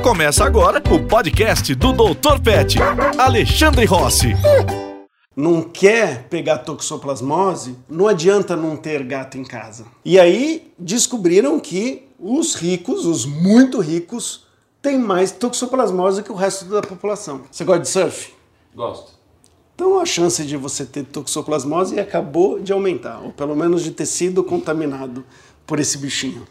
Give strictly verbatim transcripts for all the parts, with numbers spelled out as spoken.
Começa agora o podcast do doutor Pet, Alexandre Rossi. Não quer pegar toxoplasmose? Não adianta não ter gato em casa. E aí descobriram que os ricos, os muito ricos, têm mais toxoplasmose que o resto da população. Você gosta de surf? Gosto. Então a chance de você ter toxoplasmose acabou de aumentar, ou pelo menos de ter sido contaminado por esse bichinho.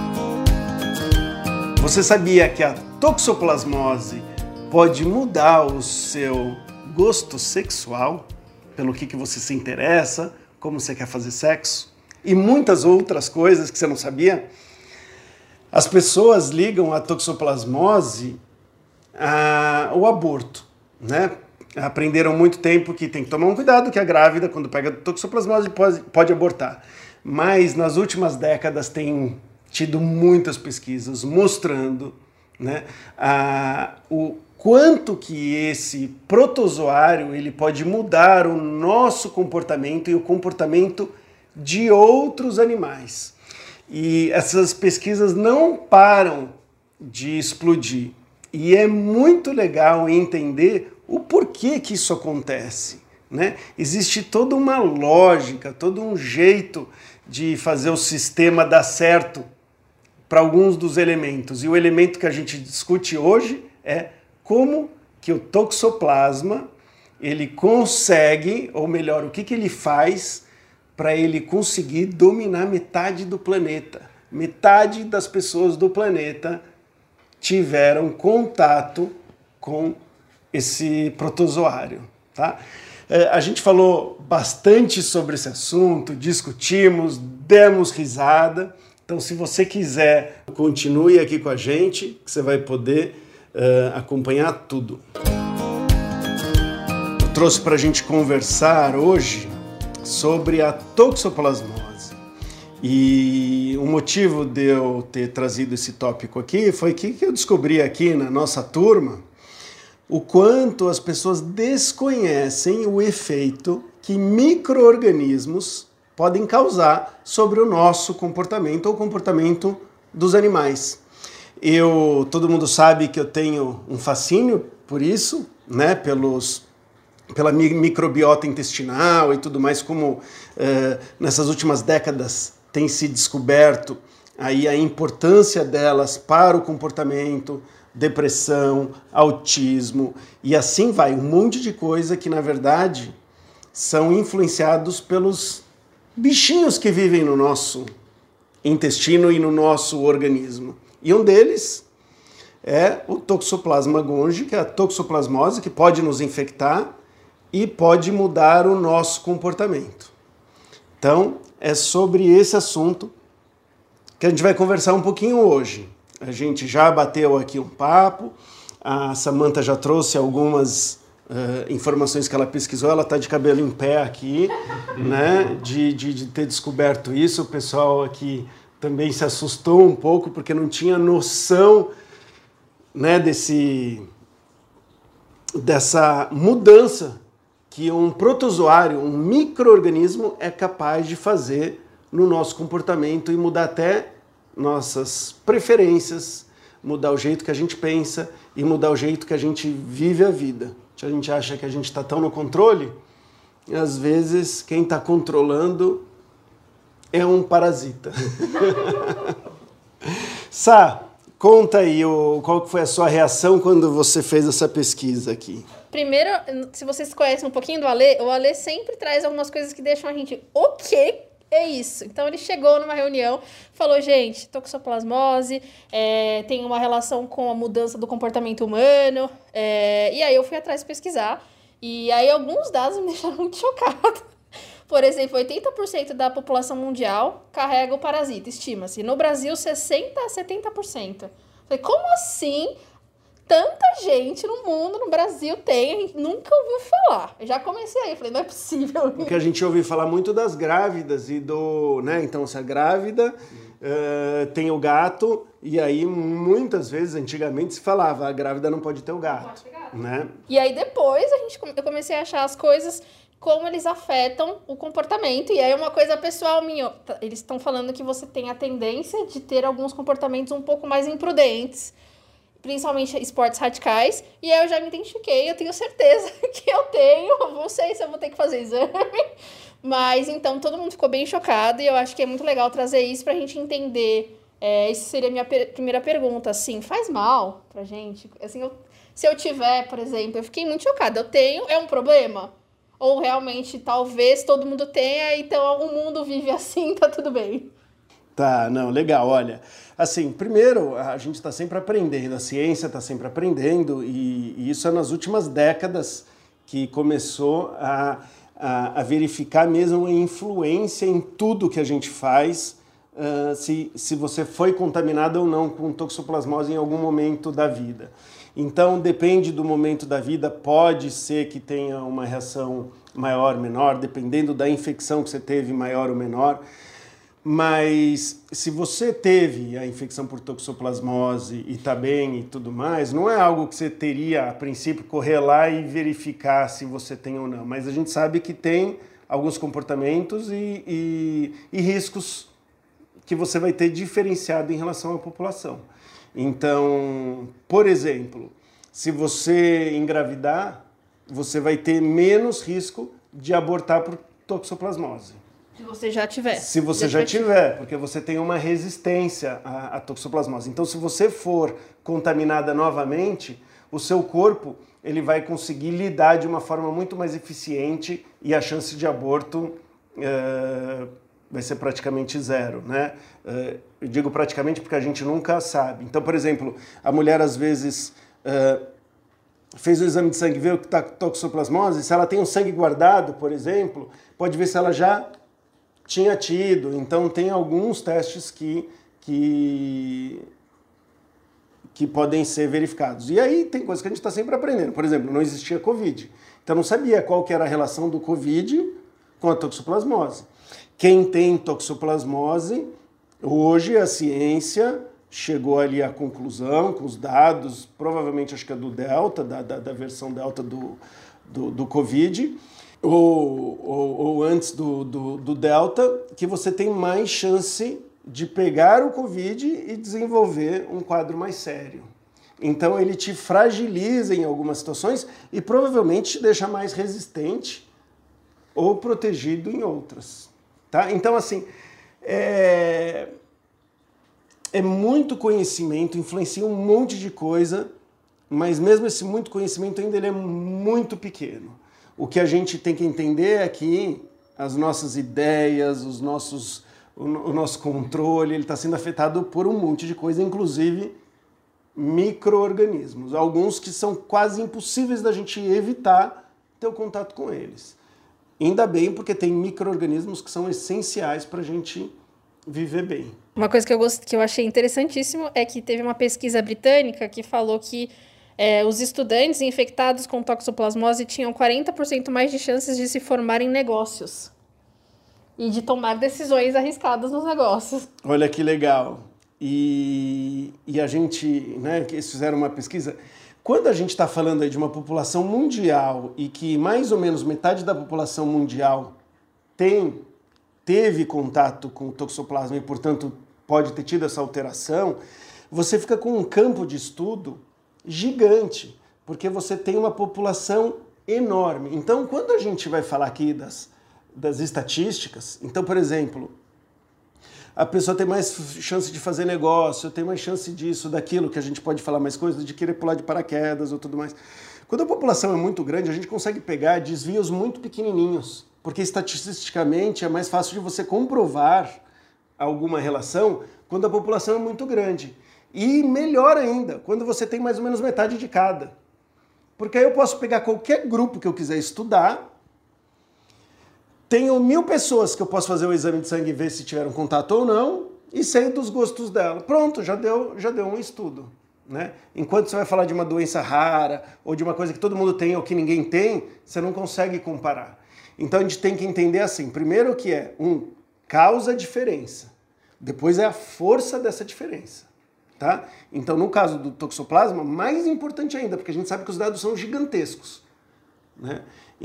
Você sabia que a toxoplasmose pode mudar o seu gosto sexual, pelo que, que você se interessa, como você quer fazer sexo, e muitas outras coisas que você não sabia? As pessoas ligam a toxoplasmose ao aborto, né? Aprenderam há muito tempo que tem que tomar um cuidado, que a grávida, quando pega toxoplasmose, pode, pode abortar. Mas nas últimas décadas tem tido muitas pesquisas mostrando, né, a, o quanto que esse protozoário ele pode mudar o nosso comportamento e o comportamento de outros animais. E essas pesquisas não param de explodir. E é muito legal entender o porquê que isso acontece, né? Existe toda uma lógica, todo um jeito de fazer o sistema dar certo para alguns dos elementos. E o elemento que a gente discute hoje é como que o toxoplasma ele consegue, ou melhor, o que, que ele faz para ele conseguir dominar metade do planeta. Metade das pessoas do planeta tiveram contato com esse protozoário, tá? É, a gente falou bastante sobre esse assunto, discutimos, demos risada. Então, se você quiser, continue aqui com a gente, que você vai poder uh, acompanhar tudo. Eu trouxe para a gente conversar hoje sobre a toxoplasmose. E o motivo de eu ter trazido esse tópico aqui foi que eu descobri aqui na nossa turma o quanto as pessoas desconhecem o efeito que micro-organismos podem causar sobre o nosso comportamento ou o comportamento dos animais. Eu, todo mundo sabe que eu tenho um fascínio por isso, né, pelos, pela microbiota intestinal e tudo mais, como eh, nessas últimas décadas tem se descoberto aí a importância delas para o comportamento, depressão, autismo e assim vai, um monte de coisa que na verdade são influenciados pelos bichinhos que vivem no nosso intestino e no nosso organismo. E um deles é o Toxoplasma gondii, que é a toxoplasmose, que pode nos infectar e pode mudar o nosso comportamento. Então, é sobre esse assunto que a gente vai conversar um pouquinho hoje. A gente já bateu aqui um papo, a Samantha já trouxe algumas Uh, informações que ela pesquisou, ela está de cabelo em pé aqui, né, de, de, de ter descoberto isso. O pessoal aqui também se assustou um pouco, porque não tinha noção, né, desse, dessa mudança que um protozoário, um micro-organismo é capaz de fazer no nosso comportamento e mudar até nossas preferências, mudar o jeito que a gente pensa e mudar o jeito que a gente vive a vida. A gente acha que a gente está tão no controle, e às vezes quem está controlando é um parasita. Sá, conta aí o, qual foi a sua reação quando você fez essa pesquisa aqui. Primeiro, se vocês conhecem um pouquinho do Alê, o Alê sempre traz algumas coisas que deixam a gente, o quê? É isso. Então ele chegou numa reunião, falou, gente, toxoplasmose, é, tem uma relação com a mudança do comportamento humano, é, e aí eu fui atrás pesquisar, e aí alguns dados me deixaram muito chocada. Por exemplo, oitenta por cento da população mundial carrega o parasita, estima-se. No Brasil, sessenta por cento a setenta por cento. Falei, como assim? Tanta gente no mundo, no Brasil, tem, a gente nunca ouviu falar. Eu já comecei aí, falei, não é possível. Porque a gente ouviu falar muito das grávidas e do, né, então se a grávida uh, tem o gato, e aí muitas vezes, antigamente, se falava, a grávida não pode ter o gato, não pode ter gato. Né? E aí depois a gente, eu comecei a achar as coisas, como eles afetam o comportamento, e aí uma coisa pessoal minha, eles estão falando que você tem a tendência de ter alguns comportamentos um pouco mais imprudentes, principalmente esportes radicais, e aí eu já me identifiquei, eu tenho certeza que eu tenho, não sei se eu vou ter que fazer exame, mas então todo mundo ficou bem chocado, e eu acho que é muito legal trazer isso pra gente entender. É, essa seria a minha per- primeira pergunta, assim, faz mal pra gente? Assim, eu, se eu tiver, por exemplo, eu fiquei muito chocada, eu tenho, é um problema? Ou realmente, talvez todo mundo tenha, então o mundo vive assim, tá tudo bem? Tá, não, legal, olha, assim, primeiro, a gente está sempre aprendendo, a ciência está sempre aprendendo, e, e isso é nas últimas décadas que começou a, a, a verificar mesmo a influência em tudo que a gente faz, uh, se, se você foi contaminado ou não com toxoplasmose em algum momento da vida. Então, depende do momento da vida, pode ser que tenha uma reação maior ou menor, dependendo da infecção que você teve, maior ou menor. Mas se você teve a infecção por toxoplasmose e está bem e tudo mais, não é algo que você teria, a princípio, correr lá e verificar se você tem ou não. Mas a gente sabe que tem alguns comportamentos e, e, e riscos que você vai ter diferenciado em relação à população. Então, por exemplo, se você engravidar, você vai ter menos risco de abortar por toxoplasmose. Se você já tiver. Se você já, já tiver, porque você tem uma resistência à, à toxoplasmose. Então, se você for contaminada novamente, o seu corpo ele vai conseguir lidar de uma forma muito mais eficiente e a chance de aborto é, vai ser praticamente zero, né? É, eu digo praticamente porque a gente nunca sabe. Então, por exemplo, a mulher às vezes é, fez o exame de sangue, viu que está com toxoplasmose, se ela tem o sangue guardado, por exemplo, pode ver se ela já tinha tido. Então, tem alguns testes que, que, que podem ser verificados. E aí, tem coisas que a gente está sempre aprendendo. Por exemplo, não existia Covid. Então, não sabia qual que era a relação do Covid com a toxoplasmose. Quem tem toxoplasmose, hoje a ciência chegou ali à conclusão, com os dados, provavelmente acho que é do Delta, da, da, da versão Delta do, do, do Covid, Ou, ou, ou antes do, do, do Delta, que você tem mais chance de pegar o Covid e desenvolver um quadro mais sério. Então ele te fragiliza em algumas situações e provavelmente te deixa mais resistente ou protegido em outras. Tá? Então, assim, é, é muito conhecimento, influencia um monte de coisa, mas mesmo esse muito conhecimento ainda ele é muito pequeno. O que a gente tem que entender é que as nossas ideias, os nossos, o, o nosso controle, ele está sendo afetado por um monte de coisa, inclusive micro-organismos. Alguns que são quase impossíveis da gente evitar ter o contato com eles. Ainda bem, porque tem micro-organismos que são essenciais para a gente viver bem. Uma coisa que eu, gost... que eu achei interessantíssimo é que teve uma pesquisa britânica que falou que É, os estudantes infectados com toxoplasmose tinham quarenta por cento mais de chances de se formar em negócios e de tomar decisões arriscadas nos negócios. Olha que legal. E, e a gente, né, que eles fizeram uma pesquisa. Quando a gente está falando aí de uma população mundial e que mais ou menos metade da população mundial tem, teve contato com o toxoplasma e, portanto, pode ter tido essa alteração, você fica com um campo de estudo gigante, porque você tem uma população enorme. Então, quando a gente vai falar aqui das, das estatísticas, então, por exemplo, a pessoa tem mais chance de fazer negócio, tem mais chance disso, daquilo, que a gente pode falar mais coisas, de querer pular de paraquedas ou tudo mais. Quando a população é muito grande, a gente consegue pegar desvios muito pequenininhos, porque estatisticamente é mais fácil de você comprovar alguma relação quando a população é muito grande. E melhor ainda, quando você tem mais ou menos metade de cada. Porque aí eu posso pegar qualquer grupo que eu quiser estudar, tenho mil pessoas que eu posso fazer o exame de sangue e ver se tiveram contato ou não, e sei dos gostos dela. Pronto, já deu, já deu um estudo. Né? Enquanto você vai falar de uma doença rara, ou de uma coisa que todo mundo tem ou que ninguém tem, você não consegue comparar. Então a gente tem que entender assim, primeiro que é, um, causa diferença. Depois é a força dessa diferença. Tá? Então, no caso do toxoplasma, mais importante ainda, porque a gente sabe que os dados são gigantescos. Né?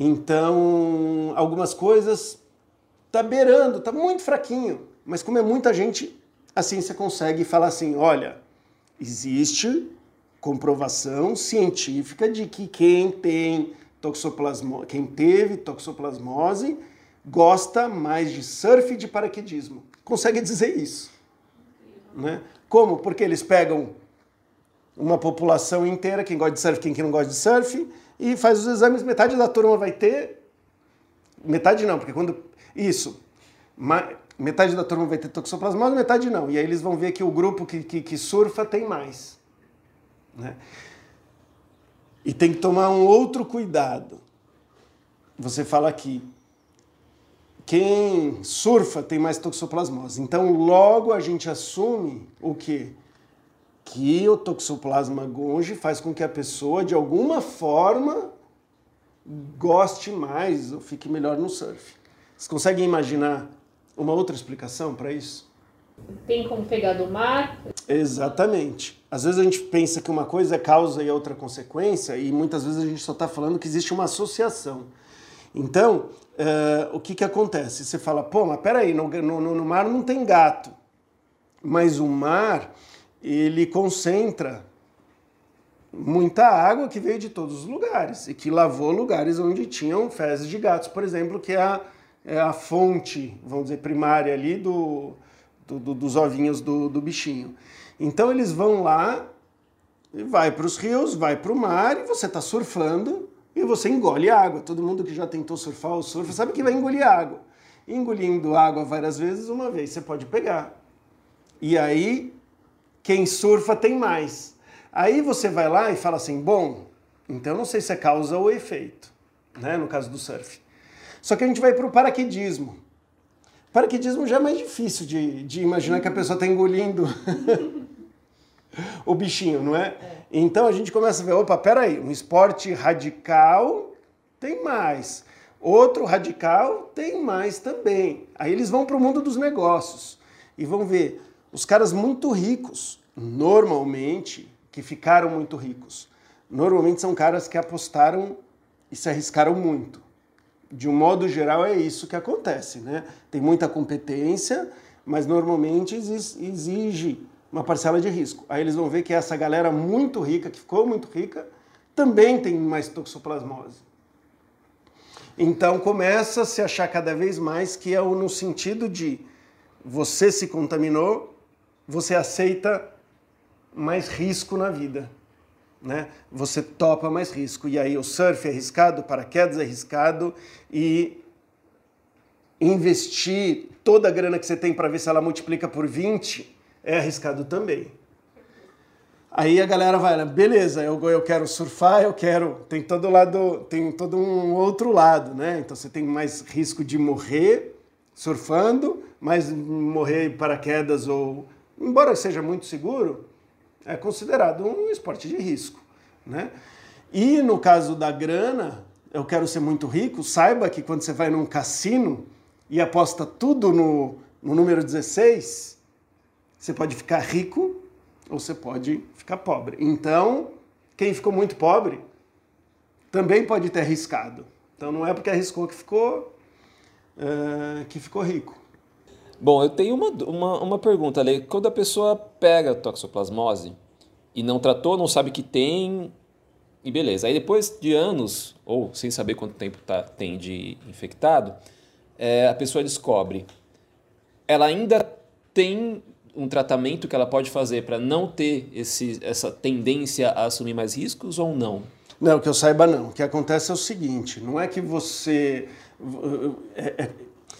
Então, algumas coisas tá beirando, tá muito fraquinho, mas como é muita gente, a ciência consegue falar assim, olha, existe comprovação científica de que quem tem toxoplasmose, quem teve toxoplasmose gosta mais de surf e de paraquedismo. Consegue dizer isso. Né? Como? Porque eles pegam uma população inteira, quem gosta de surf, quem não gosta de surf, e faz os exames, metade da turma vai ter, metade não, porque quando, isso, metade da turma vai ter toxoplasmose, metade não, e aí eles vão ver que o grupo que, que, que surfa tem mais. Né? E tem que tomar um outro cuidado. Você fala aqui, quem surfa tem mais toxoplasmose, então logo a gente assume o quê? Que o Toxoplasma gondii faz com que a pessoa, de alguma forma, goste mais ou fique melhor no surf. Vocês conseguem imaginar uma outra explicação para isso? Tem como pegar do mar? Exatamente. Às vezes a gente pensa que uma coisa é causa e outra consequência, e muitas vezes a gente só está falando que existe uma associação. Então, uh, o que, que acontece? Você fala, pô, mas peraí, no, no, no mar não tem gato. Mas o mar, ele concentra muita água que veio de todos os lugares e que lavou lugares onde tinham fezes de gatos, por exemplo, que é a, é a fonte, vamos dizer, primária ali do, do, do, dos ovinhos do, do bichinho. Então eles vão lá, vai para os rios, vai para o mar e você está surfando e você engole água. Todo mundo que já tentou surfar ou surfa sabe que vai engolir água. Engolindo água várias vezes, uma vez você pode pegar. E aí, quem surfa tem mais. Aí você vai lá e fala assim, bom, então não sei se é causa ou efeito, né, no caso do surf. Só que a gente vai para o paraquedismo. Paraquedismo já é mais difícil de, de imaginar que a pessoa está engolindo o bichinho, não é? é? Então a gente começa a ver, opa, peraí, um esporte radical tem mais. Outro radical tem mais também. Aí eles vão para o mundo dos negócios e vão ver os caras muito ricos, normalmente, que ficaram muito ricos. Normalmente são caras que apostaram e se arriscaram muito. De um modo geral é isso que acontece, né? Tem muita competência, mas normalmente exige uma parcela de risco. Aí eles vão ver que essa galera muito rica, que ficou muito rica, também tem mais toxoplasmose. Então começa a se achar cada vez mais que é no sentido de você se contaminou, você aceita mais risco na vida, né? Você topa mais risco. E aí o surf é arriscado, o paraquedas é arriscado e investir toda a grana que você tem para ver se ela multiplica por vinte é arriscado também. Aí a galera vai, beleza, eu, eu quero surfar, eu quero... Tem todo lado, tem todo um outro lado, né? Então você tem mais risco de morrer surfando, mas morrer em paraquedas ou... Embora seja muito seguro, é considerado um esporte de risco, né? E no caso da grana, eu quero ser muito rico, saiba que quando você vai num cassino e aposta tudo no, no número dezesseis, você pode ficar rico ou você pode ficar pobre. Então, quem ficou muito pobre também pode ter arriscado. Então não é porque arriscou que ficou, uh, que ficou rico. Bom, eu tenho uma, uma, uma pergunta, Ale. Quando a pessoa pega toxoplasmose e não tratou, não sabe que tem, e beleza. Aí depois de anos, ou sem saber quanto tempo tá, tem de infectado, é, a pessoa descobre. Ela ainda tem um tratamento que ela pode fazer para não ter esse, essa tendência a assumir mais riscos ou não? Não, que eu saiba não. O que acontece é o seguinte, não é que você... É, é,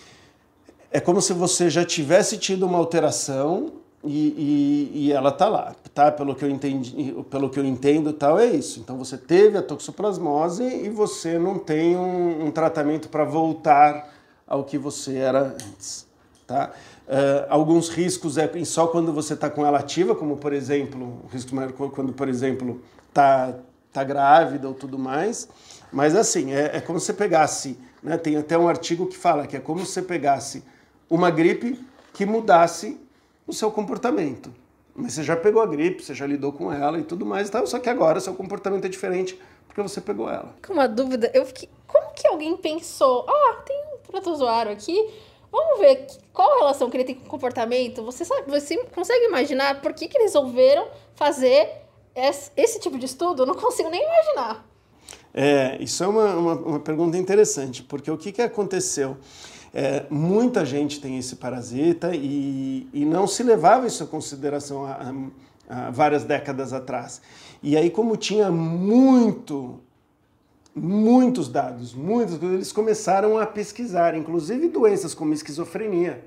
é como se você já tivesse tido uma alteração e, e, e ela está lá, tá? Pelo que eu entendi, pelo que eu entendo, tal, é isso. Então você teve a toxoplasmose e você não tem um, um tratamento para voltar ao que você era antes, tá? Uh, alguns riscos é só quando você está com ela ativa, como por exemplo, o risco maior quando, por exemplo, está tá grávida ou tudo mais. Mas assim, é, é como se você pegasse, né, tem até um artigo que fala que é como se você pegasse uma gripe que mudasse o seu comportamento. Mas você já pegou a gripe, você já lidou com ela e tudo mais, tá? Só que agora seu comportamento é diferente porque você pegou ela. Com uma dúvida, eu fiquei, como que alguém pensou, ah, tem um protozoário aqui, vamos ver qual a relação que ele tem com o comportamento. Você, sabe, você consegue imaginar por que, que eles resolveram fazer esse tipo de estudo eu não consigo nem imaginar. É, isso é uma, uma, uma pergunta interessante, porque o que, que aconteceu? É, muita gente tem esse parasita e, e não se levava isso em consideração há, há várias décadas atrás. E aí, como tinha muito, muitos dados, muitos, eles começaram a pesquisar, inclusive doenças como esquizofrenia.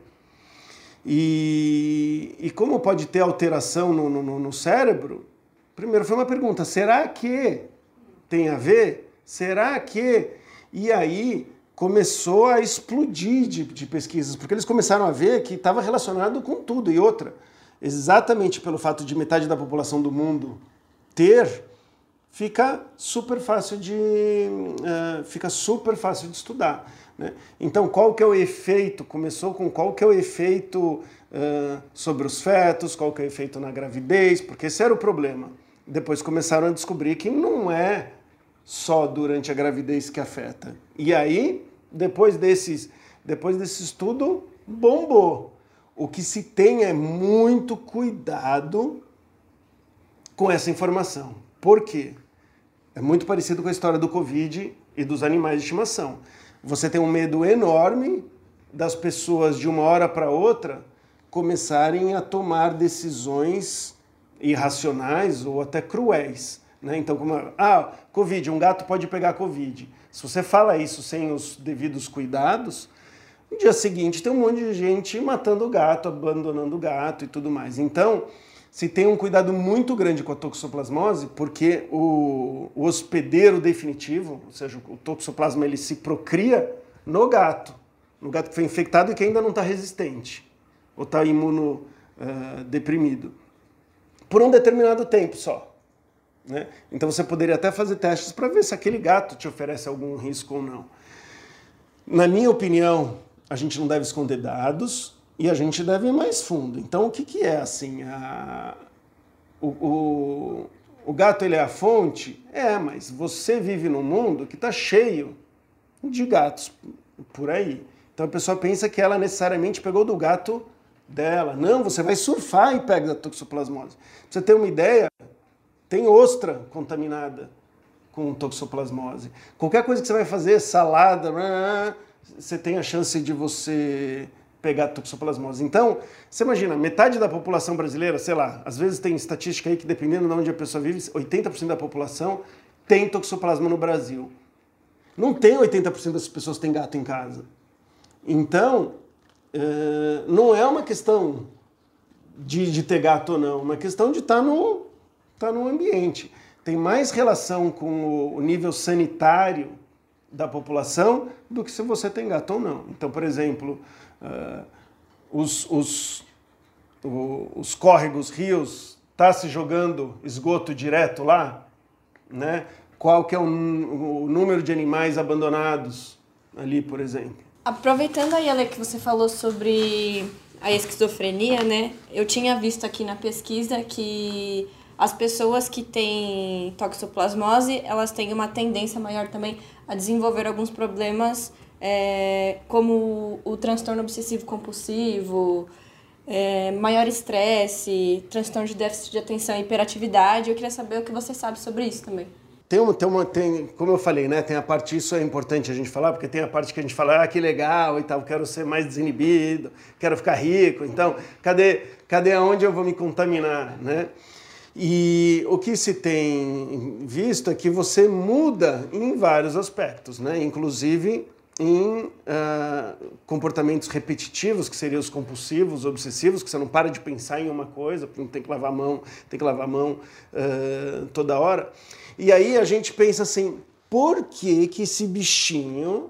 E, e como pode ter alteração no, no, no cérebro? Primeiro foi uma pergunta, será que tem a ver? Será que... E aí começou a explodir de, de pesquisas, porque eles começaram a ver que estava relacionado com tudo. E outra, exatamente pelo fato de metade da população do mundo ter, fica super fácil de, uh, fica super fácil de estudar. Né? Então, qual que é o efeito? Começou com qual que é o efeito uh, sobre os fetos, qual que é o efeito na gravidez, porque esse era o problema. Depois começaram a descobrir que não é só durante a gravidez que afeta. E aí, depois, desses, depois desse estudo, bombou. O que se tem é muito cuidado com essa informação. Por quê? É muito parecido com a história do Covid e dos animais de estimação. Você tem um medo enorme das pessoas, de uma hora para outra, começarem a tomar decisões irracionais ou até cruéis. Né? Então, como, ah, Covid, um gato pode pegar Covid. Se você fala isso sem os devidos cuidados, no dia seguinte tem um monte de gente matando o gato, abandonando o gato e tudo mais. Então, se tem um cuidado muito grande com a toxoplasmose, porque o, o hospedeiro definitivo, ou seja, o toxoplasma ele se procria no gato, no gato que foi infectado e que ainda não está resistente, ou está imunodeprimido, uh, por um determinado tempo só. Né? Então você poderia até fazer testes para ver se aquele gato te oferece algum risco ou não. Na minha opinião, a gente não deve esconder dados, e a gente deve ir mais fundo. Então, o que, que é assim? A... O, o, o gato ele é a fonte? É, mas você vive num mundo que está cheio de gatos por aí. Então a pessoa pensa que ela necessariamente pegou do gato dela. Não, você vai surfar e pega da toxoplasmose. Pra você ter uma ideia, tem ostra contaminada com toxoplasmose. Qualquer coisa que você vai fazer, salada, você tem a chance de você pegar toxoplasmose. Então, você imagina, metade da população brasileira, sei lá, às vezes tem estatística aí que dependendo de onde a pessoa vive, oitenta por cento da população tem toxoplasma no Brasil. Não tem oitenta por cento das pessoas que têm gato em casa. Então, é, não é uma questão de, de ter gato ou não, é uma questão de estar no, estar no ambiente. Tem mais relação com o nível sanitário da população do que se você tem gato ou não. Então, por exemplo, uh, os, os, o, os córregos, rios, tá se jogando esgoto direto lá, né? Qual que é o, o número de animais abandonados ali, por exemplo? Aproveitando aí, Ale, que você falou sobre a esquizofrenia, né? Eu tinha visto aqui na pesquisa que as pessoas que têm toxoplasmose, elas têm uma tendência maior também a desenvolver alguns problemas, é, como o, o transtorno obsessivo-compulsivo, é, maior estresse, transtorno de déficit de atenção e hiperatividade. Eu queria saber o que você sabe sobre isso também. Tem uma, tem uma, tem, como eu falei, né? Tem a parte, isso é importante a gente falar, porque tem a parte que a gente fala, ah, que legal e tal, quero ser mais desinibido, quero ficar rico, então, cadê, cadê aonde eu vou me contaminar, né? E o que se tem visto é que você muda em vários aspectos, né? Inclusive em uh, comportamentos repetitivos, que seriam os compulsivos, obsessivos, que você não para de pensar em uma coisa, porque tem que lavar a mão, tem que lavar a mão uh, toda hora. E aí a gente pensa assim, por que que esse bichinho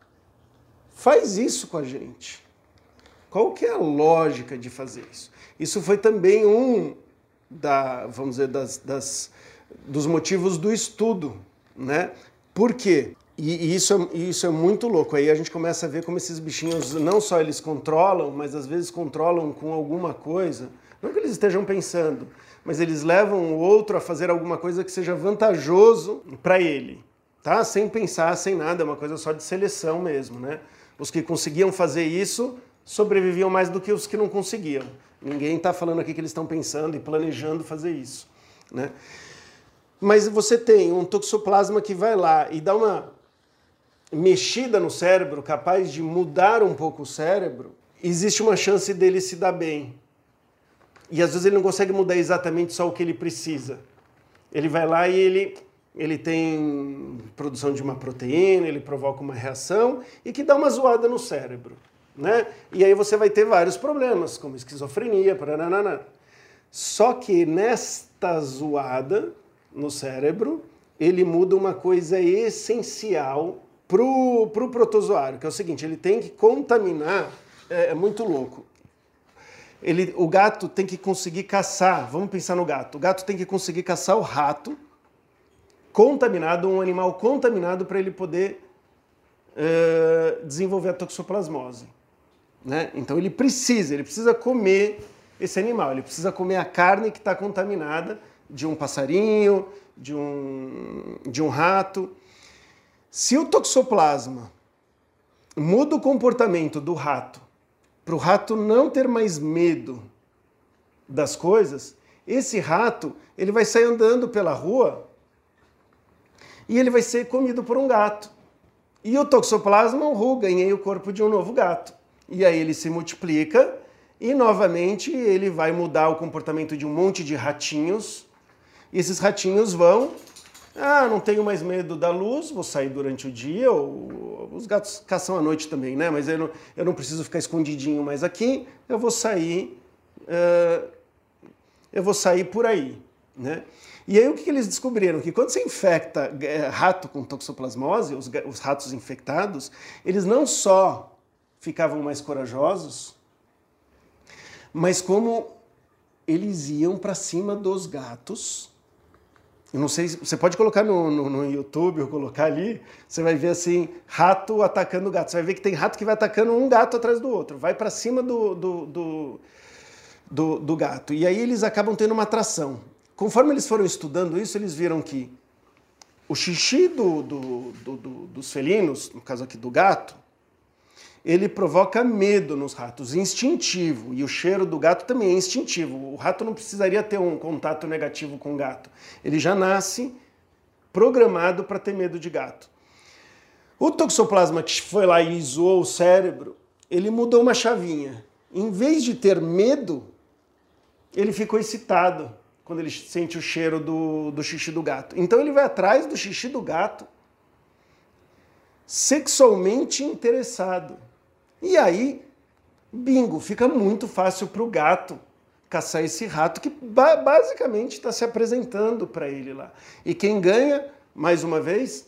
faz isso com a gente? Qual que é a lógica de fazer isso? Isso foi também um da, vamos dizer, das, das, dos motivos do estudo, né? Por quê? E isso, isso é muito louco. Aí a gente começa a ver como esses bichinhos, não só eles controlam, mas às vezes controlam com alguma coisa. Não que eles estejam pensando, mas eles levam o outro a fazer alguma coisa que seja vantajoso para ele, tá? Sem pensar, sem nada, é uma coisa só de seleção mesmo, né? Os que conseguiam fazer isso sobreviviam mais do que os que não conseguiam. Ninguém está falando aqui que eles estão pensando e planejando fazer isso. né? Mas você tem um toxoplasma que vai lá e dá uma mexida no cérebro, capaz de mudar um pouco o cérebro, existe uma chance dele se dar bem. E às vezes ele não consegue mudar exatamente só o que ele precisa. Ele vai lá e ele, ele tem produção de uma proteína, ele provoca uma reação e que dá uma zoada no cérebro, né? E aí você vai ter vários problemas, como esquizofrenia, paranana. Só que nesta zoada no cérebro, ele muda uma coisa essencial para o protozoário, que é o seguinte, ele tem que contaminar, é, é muito louco. Ele, o gato tem que conseguir caçar, vamos pensar no gato, o gato tem que conseguir caçar o rato contaminado, um animal contaminado, para ele poder é, desenvolver a toxoplasmose, né? Então ele precisa, ele precisa comer esse animal, ele precisa comer a carne que está contaminada de um passarinho, de um, de um rato. Se o toxoplasma muda o comportamento do rato, para o rato não ter mais medo das coisas, esse rato ele vai sair andando pela rua e ele vai ser comido por um gato. E o toxoplasma uh, ganhei o corpo de um novo gato. E aí ele se multiplica e novamente ele vai mudar o comportamento de um monte de ratinhos. E esses ratinhos vão... Ah, não tenho mais medo da luz, vou sair durante o dia, ou os gatos caçam à noite também, né? Mas eu não, eu não preciso ficar escondidinho mais aqui, eu vou sair, uh, eu vou sair por aí, né? E aí o que eles descobriram? Que quando você infecta rato com toxoplasmose, os, os ratos infectados, eles não só ficavam mais corajosos, mas como eles iam para cima dos gatos. Eu não sei, você pode colocar no, no, no YouTube ou colocar ali, você vai ver assim, rato atacando gato. Você vai ver que tem rato que vai atacando um gato atrás do outro, vai para cima do, do, do, do, do gato. E aí eles acabam tendo uma atração. Conforme eles foram estudando isso, eles viram que o xixi do, do, do, do, dos felinos, no caso aqui do gato, ele provoca medo nos ratos, instintivo. E o cheiro do gato também é instintivo. O rato não precisaria ter um contato negativo com o gato. Ele já nasce programado para ter medo de gato. O toxoplasma que foi lá e zoou o cérebro, ele mudou uma chavinha. Em vez de ter medo, ele ficou excitado quando ele sente o cheiro do, do xixi do gato. Então ele vai atrás do xixi do gato, sexualmente interessado. E aí, bingo, fica muito fácil para o gato caçar esse rato que ba- basicamente está se apresentando para ele lá. E quem ganha, mais uma vez,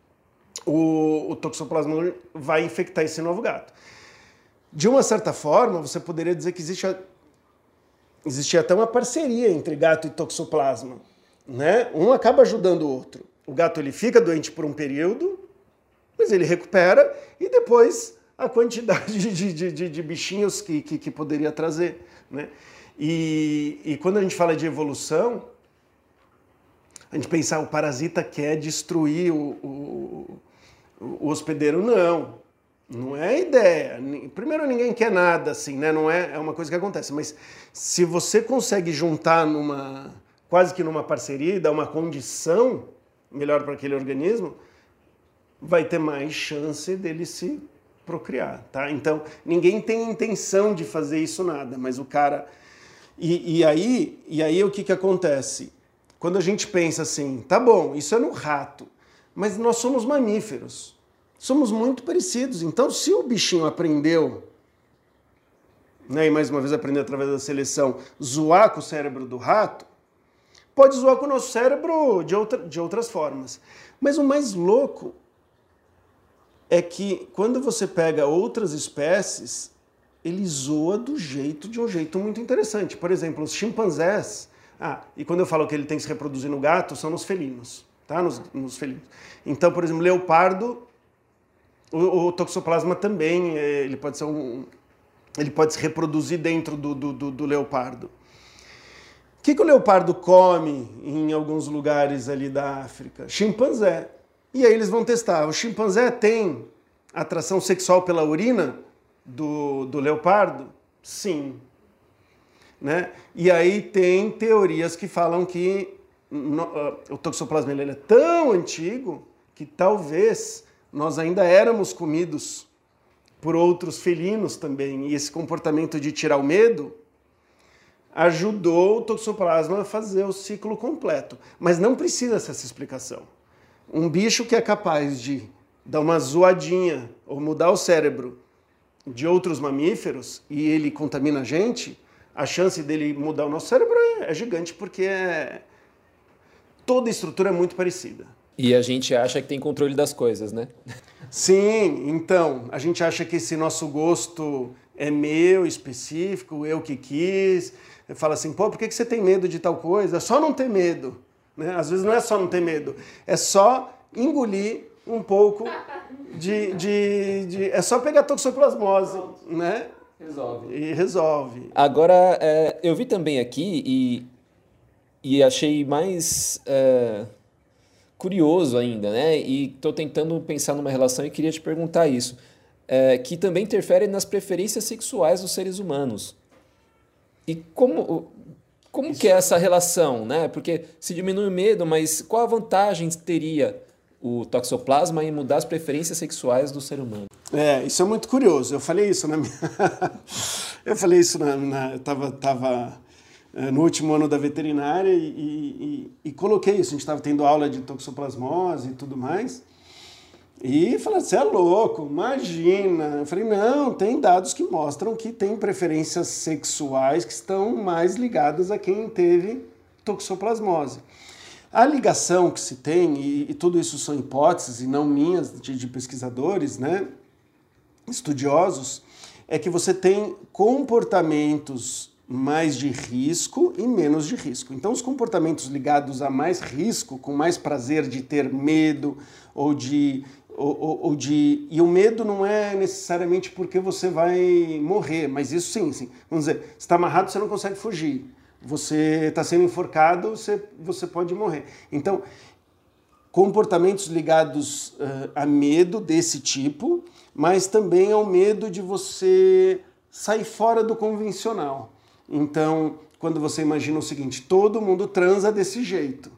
o, o toxoplasma vai infectar esse novo gato. De uma certa forma, você poderia dizer que existe, a, existe até uma parceria entre gato e toxoplasma, né? Um acaba ajudando o outro. O gato ele fica doente por um período, mas ele recupera e depois a quantidade de, de, de, de bichinhos que, que, que poderia trazer, né? E, e quando a gente fala de evolução, a gente pensa, ah, o parasita quer destruir o, o, o hospedeiro. Não, não é a ideia. Primeiro, ninguém quer nada assim, né? Não é, é uma coisa que acontece, mas se você consegue juntar numa, quase que numa parceria e dar uma condição melhor para aquele organismo, vai ter mais chance dele se procriar, tá? Então, ninguém tem intenção de fazer isso nada, mas o cara... E, e, aí, e aí o que, que acontece? Quando a gente pensa assim, tá bom, isso é no rato, mas nós somos mamíferos, somos muito parecidos, então se o bichinho aprendeu, né, e mais uma vez aprendeu através da seleção, zoar com o cérebro do rato, pode zoar com o nosso cérebro de, outra, de outras formas. Mas o mais louco é que quando você pega outras espécies, ele zoa do jeito, de um jeito muito interessante. Por exemplo, os chimpanzés, ah, e quando eu falo que ele tem que se reproduzir no gato, são nos felinos, tá? Nos, nos felinos. Então, por exemplo, leopardo, o, o toxoplasma também, ele pode ser um, ele pode se reproduzir dentro do, do, do, do leopardo. O que, que o leopardo come em alguns lugares ali da África? Chimpanzé. E aí eles vão testar. O chimpanzé tem atração sexual pela urina do, do leopardo? Sim. Né? E aí tem teorias que falam que no, uh, o Toxoplasma ele é tão antigo que talvez nós ainda éramos comidos por outros felinos também. E esse comportamento de tirar o medo ajudou o Toxoplasma a fazer o ciclo completo. Mas não precisa ser essa explicação. Um bicho que é capaz de dar uma zoadinha ou mudar o cérebro de outros mamíferos e ele contamina a gente, a chance dele mudar o nosso cérebro é gigante, porque é... toda a estrutura é muito parecida. E a gente acha que tem controle das coisas, né? Sim, então, a gente acha que esse nosso gosto é meu, específico, eu que quis. Fala assim, pô, por que você tem medo de tal coisa? É só não ter medo. Né? Às vezes não é só não ter medo, é só engolir um pouco de... de, de é só pegar toxoplasmose, né? Resolve. E resolve. Agora, é, eu vi também aqui e, e achei mais é, curioso ainda, né? E estou tentando pensar numa relação e queria te perguntar isso. É, que também interfere nas preferências sexuais dos seres humanos. E como, como que é essa relação, né? Porque se diminui o medo, mas qual a vantagem teria o toxoplasma em mudar as preferências sexuais do ser humano? É, isso é muito curioso. Eu falei isso na minha... eu falei isso na... na... Eu tava, tava no último ano da veterinária e, e, e coloquei isso. A gente estava tendo aula de toxoplasmose e tudo mais. E falei, você é louco, imagina. Eu falei, não, tem dados que mostram que tem preferências sexuais que estão mais ligadas a quem teve toxoplasmose. A ligação que se tem, e, e tudo isso são hipóteses, e não minhas, de, de pesquisadores, né, estudiosos, é que você tem comportamentos mais de risco e menos de risco. Então, os comportamentos ligados a mais risco, com mais prazer de ter medo, ou de... Ou, ou, ou de e o medo não é necessariamente porque você vai morrer, mas isso sim, sim. Vamos dizer, você está amarrado, você não consegue fugir. Você está sendo enforcado, você, você pode morrer. Então, comportamentos ligados uh, a medo desse tipo, mas também ao medo de você sair fora do convencional. Então, quando você imagina o seguinte, todo mundo transa desse jeito.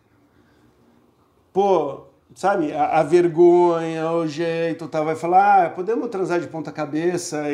Pô, sabe, a, a vergonha, o jeito, tá, vai falar, ah, podemos transar de ponta cabeça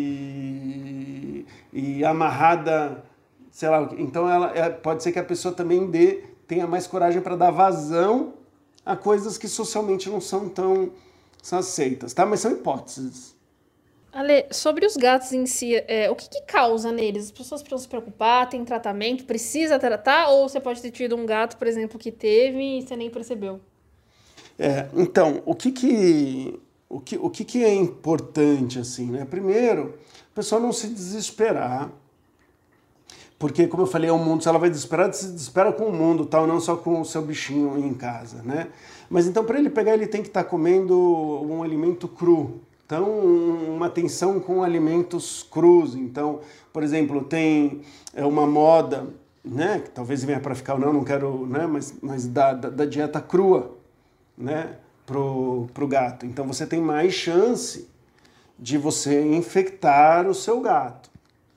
e, e amarrada, sei lá. Então, ela, é, pode ser que a pessoa também dê, tenha mais coragem para dar vazão a coisas que socialmente não são tão são aceitas, tá? Mas são hipóteses. Ale, sobre os gatos em si, é, o que, que causa neles? As pessoas precisam se preocupar, tem tratamento, precisa tratar? Ou você pode ter tido um gato, por exemplo, que teve e você nem percebeu? É, então, o que que, o que, o que que é importante, assim, né? Primeiro, a pessoa não se desesperar, porque, como eu falei, é um mundo, se ela vai desesperar, se desespera com o mundo, tal, não só com o seu bichinho em casa, né? Mas então, para ele pegar, ele tem que estar comendo um alimento cru. Então, uma atenção com alimentos crus. Então, por exemplo, tem uma moda, né, que talvez venha para ficar ou não, não quero, né, mas, mas da, da, da dieta crua, né, pro, pro gato. Então, você tem mais chance de você infectar o seu gato.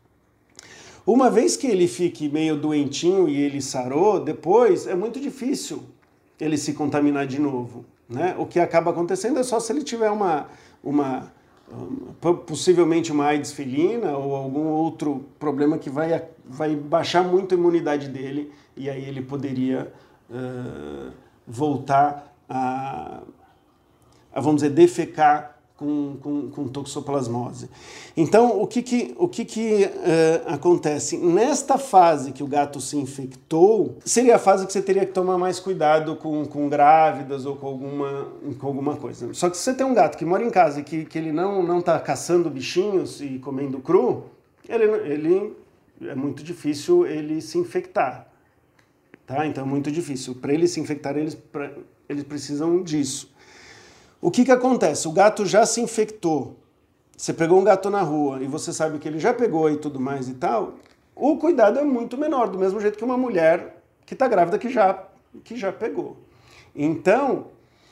Uma vez que ele fique meio doentinho e ele sarou, depois é muito difícil ele se contaminar de novo, né? O que acaba acontecendo é só se ele tiver uma, uma possivelmente uma AIDS felina ou algum outro problema que vai, vai baixar muito a imunidade dele e aí ele poderia uh, voltar a, a, vamos dizer, defecar com, com, com toxoplasmose. Então, o que que, o que, que uh, acontece? Nesta fase que o gato se infectou, seria a fase que você teria que tomar mais cuidado com, com grávidas ou com alguma, com alguma coisa. Só que se você tem um gato que mora em casa e que, que ele não não está caçando bichinhos e comendo cru, ele, ele é muito difícil ele se infectar. Tá? Então, é muito difícil. Para ele se infectar, eles, pra, eles precisam disso. O que que acontece? O gato já se infectou. Você pegou um gato na rua e você sabe que ele já pegou e tudo mais e tal, o cuidado é muito menor, do mesmo jeito que uma mulher que está grávida que já, que já pegou. Então,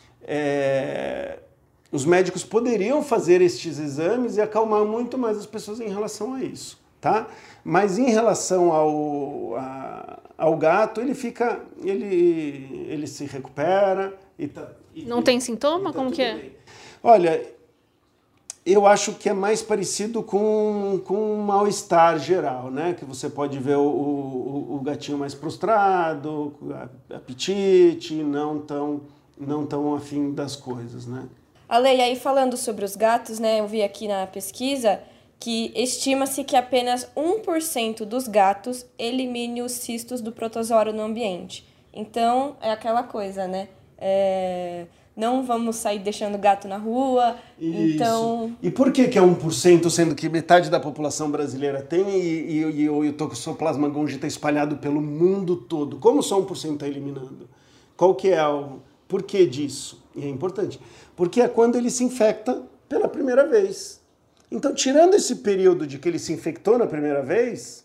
é, os médicos poderiam fazer estes exames e acalmar muito mais as pessoas em relação a isso. tá? Mas em relação ao, a, ao gato, ele fica, ele, ele se recupera e tá... E, Não tem sintoma? e tá Como que é? bem. Olha, eu acho que é mais parecido com, com um mal-estar geral, né? Que você pode ver o, o, o gatinho mais prostrado, apetite, não tão, não tão afim das coisas, né? Ale, e aí falando sobre os gatos, né? Eu vi aqui na pesquisa que estima-se que apenas um por cento dos gatos elimine os cistos do protozoário no ambiente. Então, é aquela coisa, né? É... Não vamos sair deixando gato na rua, Isso. então... E por que que é um por cento, sendo que metade da população brasileira tem e, e, e o Toxoplasma gondii está espalhado pelo mundo todo? Como só um por cento está eliminando? Qual que é o... Por que disso? E é importante. Porque é quando ele se infecta pela primeira vez. Então, tirando esse período de que ele se infectou na primeira vez,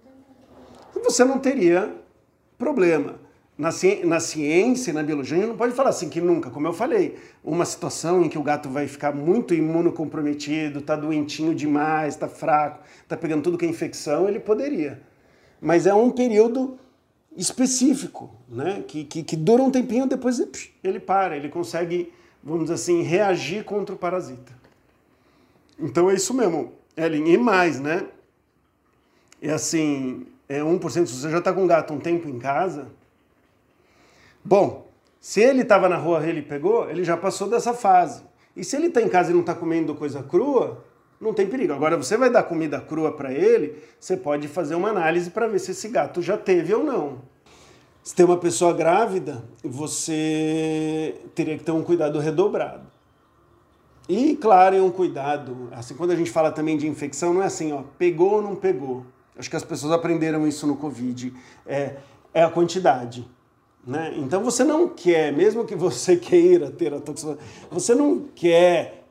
você não teria problema. Na, ci na ciência e na biologia, a gente não pode falar assim que nunca, como eu falei, uma situação em que o gato vai ficar muito imunocomprometido, está doentinho demais, está fraco, está pegando tudo que é infecção, ele poderia. Mas é um período específico, né? que, que, que dura um tempinho, depois ele para, ele consegue, vamos dizer assim, reagir contra o parasita. Então é isso mesmo, Ellen, e mais, né? É assim, é um por cento, se você já está com um gato um tempo em casa, bom, se ele estava na rua e ele pegou, ele já passou dessa fase. E se ele está em casa e não está comendo coisa crua, não tem perigo. Agora, você vai dar comida crua para ele, você pode fazer uma análise para ver se esse gato já teve ou não. Se tem uma pessoa grávida, você teria que ter um cuidado redobrado. E, claro, é um cuidado, assim, quando a gente fala também de infecção, não é assim, ó, pegou ou não pegou. Acho que as pessoas aprenderam isso no Covid. É, é a quantidade, né? Então, você não quer, mesmo que você queira ter a toxoplasmose, você não quer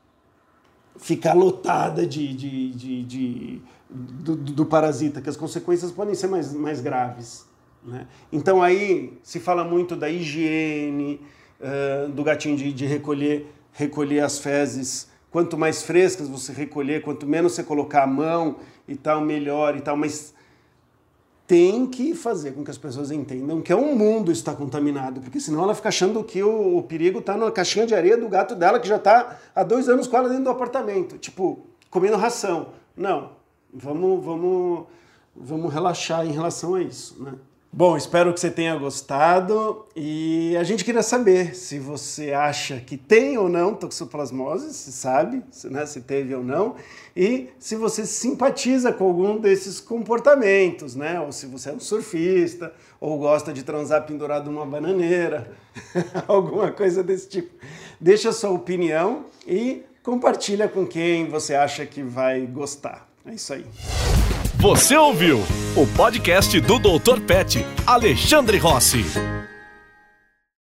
ficar lotada de, de, de, de, do, do parasita, que as consequências podem ser mais, mais graves, né? Então, aí, se fala muito da higiene, uh, do gatinho de, de recolher... recolher as fezes, quanto mais frescas você recolher, quanto menos você colocar a mão e tal, melhor e tal, mas tem que fazer com que as pessoas entendam que é um mundo está contaminado, porque senão ela fica achando que o, o perigo está na caixinha de areia do gato dela, que já está há dois anos com ela dentro do apartamento, tipo, comendo ração. Não, vamos, vamos, vamos relaxar em relação a isso, né? Bom, espero que você tenha gostado e a gente queria saber se você acha que tem ou não toxoplasmose, se sabe, se, né, se teve ou não, e se você simpatiza com algum desses comportamentos, né? Ou se você é um surfista, ou gosta de transar pendurado numa bananeira, alguma coisa desse tipo. Deixa a sua opinião e compartilha com quem você acha que vai gostar. É isso aí. Você ouviu o podcast do doutor Pet, Alexandre Rossi.